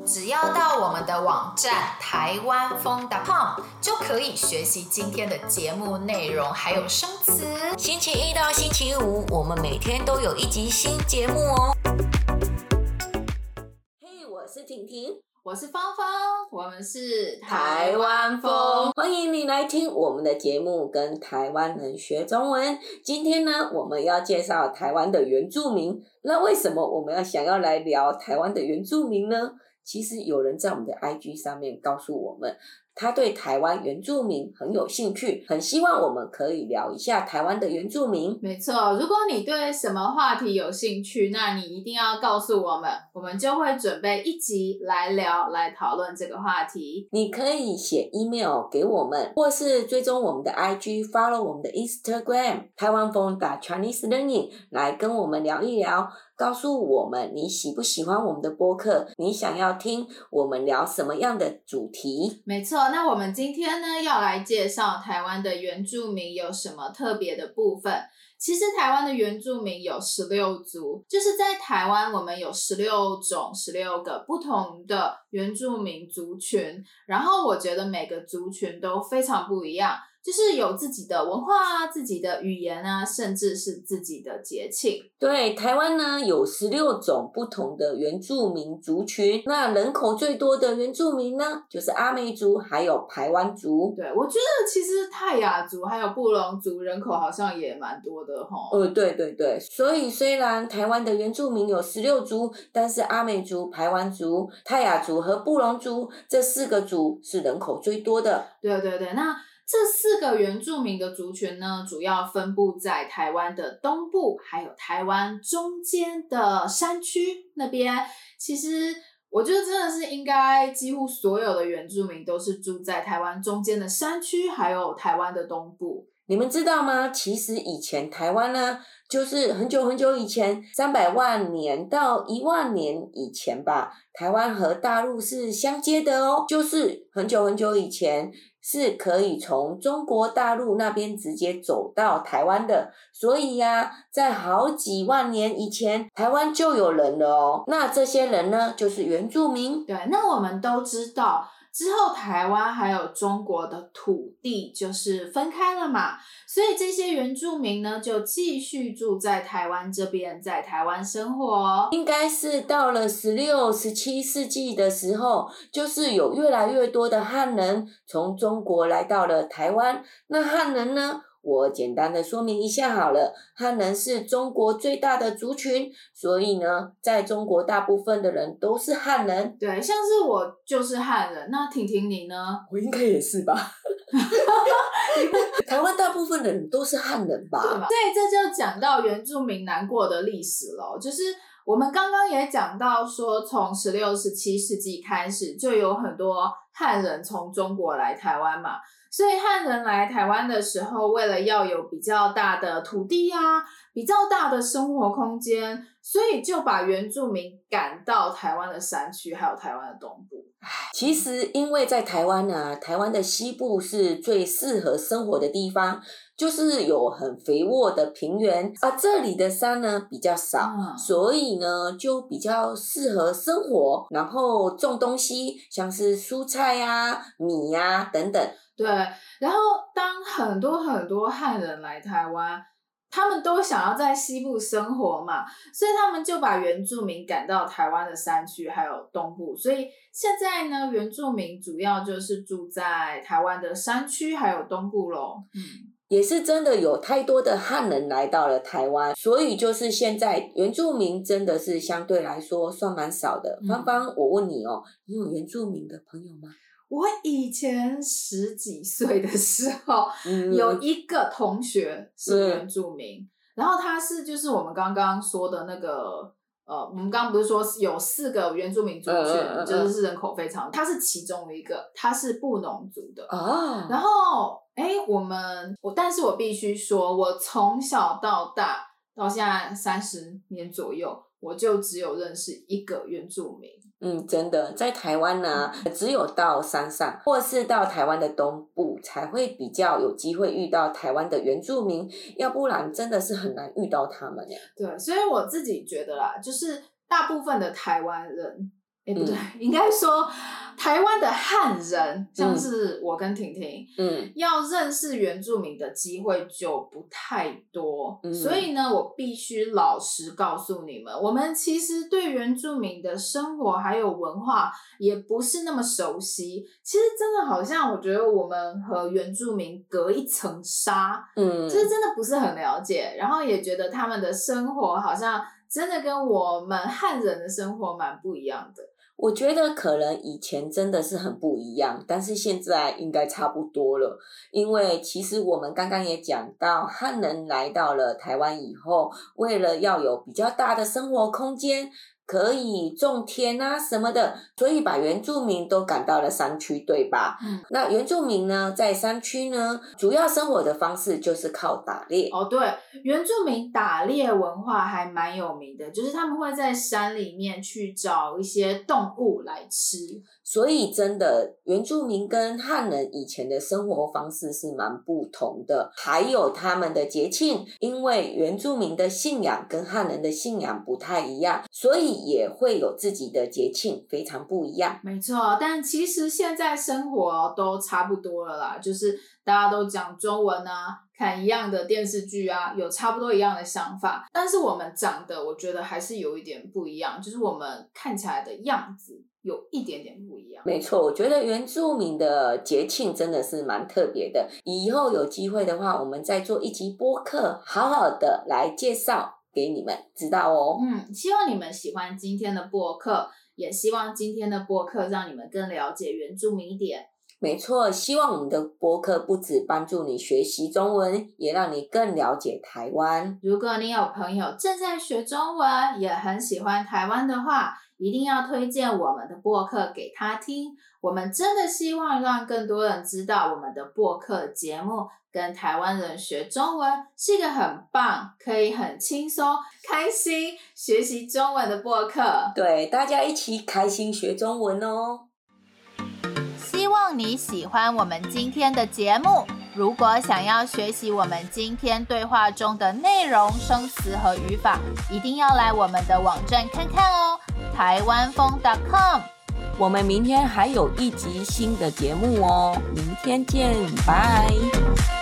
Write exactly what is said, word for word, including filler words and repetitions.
只要到我们的网站台湾风 .com 就可以学习今天的节目内容，还有生词。 星期一到星期五，我们每天都有一集新节目哦。嘿，我是婷婷， 我是芳芳，我们是台湾风，欢迎你来听我们的节目，跟台湾人学中文。今天呢，我们要介绍台湾的原住民。那为什么我们要想要来聊台湾的原住民呢？其实有人在我们的 I G 上面告诉我们，他对台湾原住民很有兴趣，很希望我们可以聊一下台湾的原住民。 没错，如果你对什么话题有兴趣，那你一定要告诉我们，我们就会准备一集来聊，来讨论这个话题。 你可以写 email 给我们，或是追踪我们的 I G， follow 我们的 Instagram 台湾风 Chinese Learning 来跟我们聊一聊，告诉我们你喜不喜欢我们的播客，你想要听我们聊什么样的主题。 没错，那我们今天呢要来介绍台湾的原住民有什么特别的部分。其实台湾的原住民有十六族，就是在台湾我们有十六种十六个不同的原住民族群，然后我觉得每个族群都非常不一样，就是有自己的文化啊，自己的语言啊，甚至是自己的节庆。 对，台湾呢有十六种不同的原住民族群，那人口最多的原住民呢就是阿美族还有排湾族。 对，我觉得其实泰雅族还有布农族人口好像也蛮多的齁。 呃，对对对，所以虽然台湾的原住民有十六族，但是阿美族、排湾族、泰雅族和布农族这四个族是人口最多的。 对对对，那这四个原住民的族群呢，主要分布在台湾的东部，还有台湾中间的山区那边。其实我觉得真的是应该几乎所有的原住民都是住在台湾中间的山区，还有台湾的东部。 你们知道吗？其实以前台湾呢，就是很久很久以前，三百万年到一万年以前吧，台湾和大陆是相接的哦，就是很久很久以前是可以从中国大陆那边直接走到台湾的，所以呀、啊，在好几万年以前，台湾就有人了哦。那这些人呢，就是原住民。 对，那我们都知道，之后台湾还有中国的土地就是分开了嘛，所以这些原住民呢就继续住在台湾这边，在台湾生活。 应该是到了十六、十七世纪的时候，就是有越来越多的汉人从中国来到了台湾。那汉人呢，我简单的说明一下好了，汉人是中国最大的族群，所以呢，在中国大部分的人都是汉人。 对，像是我就是汉人，那婷婷你呢？ 我应该也是吧。台湾大部分的人都是汉人吧？ 对吧？所以这就讲到原住民难过的历史咯，就是我们刚刚也讲到说，从十六、十七世纪开始，就有很多汉人从中国来台湾嘛。所以汉人来台湾的时候，为了要有比较大的土地啊，比较大的生活空间，所以就把原住民赶到台湾的山区，还有台湾的东部。 其实因为在台湾啊，台湾的西部是最适合生活的地方，就是有很肥沃的平原，而这里的山呢比较少、嗯、所以呢就比较适合生活，然后种东西，像是蔬菜啊、米啊等等。 对，然后当很多很多汉人来台湾，他们都想要在西部生活嘛，所以他们就把原住民赶到台湾的山区还有东部，所以现在呢，原住民主要就是住在台湾的山区还有东部咯。嗯， 也是真的有太多的汉人来到了台湾，所以就是现在原住民真的是相对来说算蛮少的。芳芳、嗯，我问你哦，你有原住民的朋友吗？ 我以前十几岁的时候、嗯、有一个同学是原住民、嗯、然后他是就是我们刚刚说的那个呃，我们刚刚不是说有四个原住民族群、嗯嗯、就是人口非常，他是其中一个，他是布农族的、哦、然后诶我们我但是我必须说，我从小到大到现在三十年左右，我就只有认识一个原住民。 嗯，真的，在台湾呢、啊，只有到山上或是到台湾的东部才会比较有机会遇到台湾的原住民，要不然真的是很难遇到他们耶。 对，所以我自己觉得啦，就是大部分的台湾人哎、欸，不对，嗯、应该说台湾的汉人，像是我跟婷婷，嗯，要认识原住民的机会就不太多，嗯、所以呢，我必须老实告诉你们，我们其实对原住民的生活还有文化也不是那么熟悉。其实真的好像，我觉得我们和原住民隔一层纱，嗯，就是真的不是很了解，然后也觉得他们的生活好像真的跟我们汉人的生活蛮不一样的。 我觉得可能以前真的是很不一样，但是现在应该差不多了。因为其实我们刚刚也讲到，汉人来到了台湾以后，为了要有比较大的生活空间，可以种田啊什么的，所以把原住民都赶到了山区，对吧？嗯，那原住民呢，在山区呢，主要生活的方式就是靠打猎。 哦，对，原住民打猎文化还蛮有名的，就是他们会在山里面去找一些动物来吃。 所以真的，原住民跟汉人以前的生活方式是蛮不同的，还有他们的节庆，因为原住民的信仰跟汉人的信仰不太一样，所以也会有自己的节庆，非常不一样。 没错，但其实现在生活都差不多了啦，就是大家都讲中文啊，看一样的电视剧啊，有差不多一样的想法，但是我们长得我觉得还是有一点不一样，就是我们看起来的样子有一点点不一样。 没错，我觉得原住民的节庆真的是蛮特别的，以后有机会的话，我们再做一集播客，好好的来介绍给你们知道哦。 嗯，希望你们喜欢今天的播客，也希望今天的播客让你们更了解原住民一点。 没错，希望我们的播客不只帮助你学习中文，也让你更了解台湾。 如果你有朋友正在学中文，也很喜欢台湾的话，一定要推荐我们的播客给他听。我们真的希望让更多人知道我们的播客节目跟台湾人学中文是一个很棒，可以很轻松开心学习中文的播客。 对，大家一起开心学中文哦。 希望你喜欢我们今天的节目，如果想要学习我们今天对话中的内容、生词和语法，一定要来我们的网站看看哦，台湾风 .com。 我们明天还有一集新的节目哦，明天见，拜。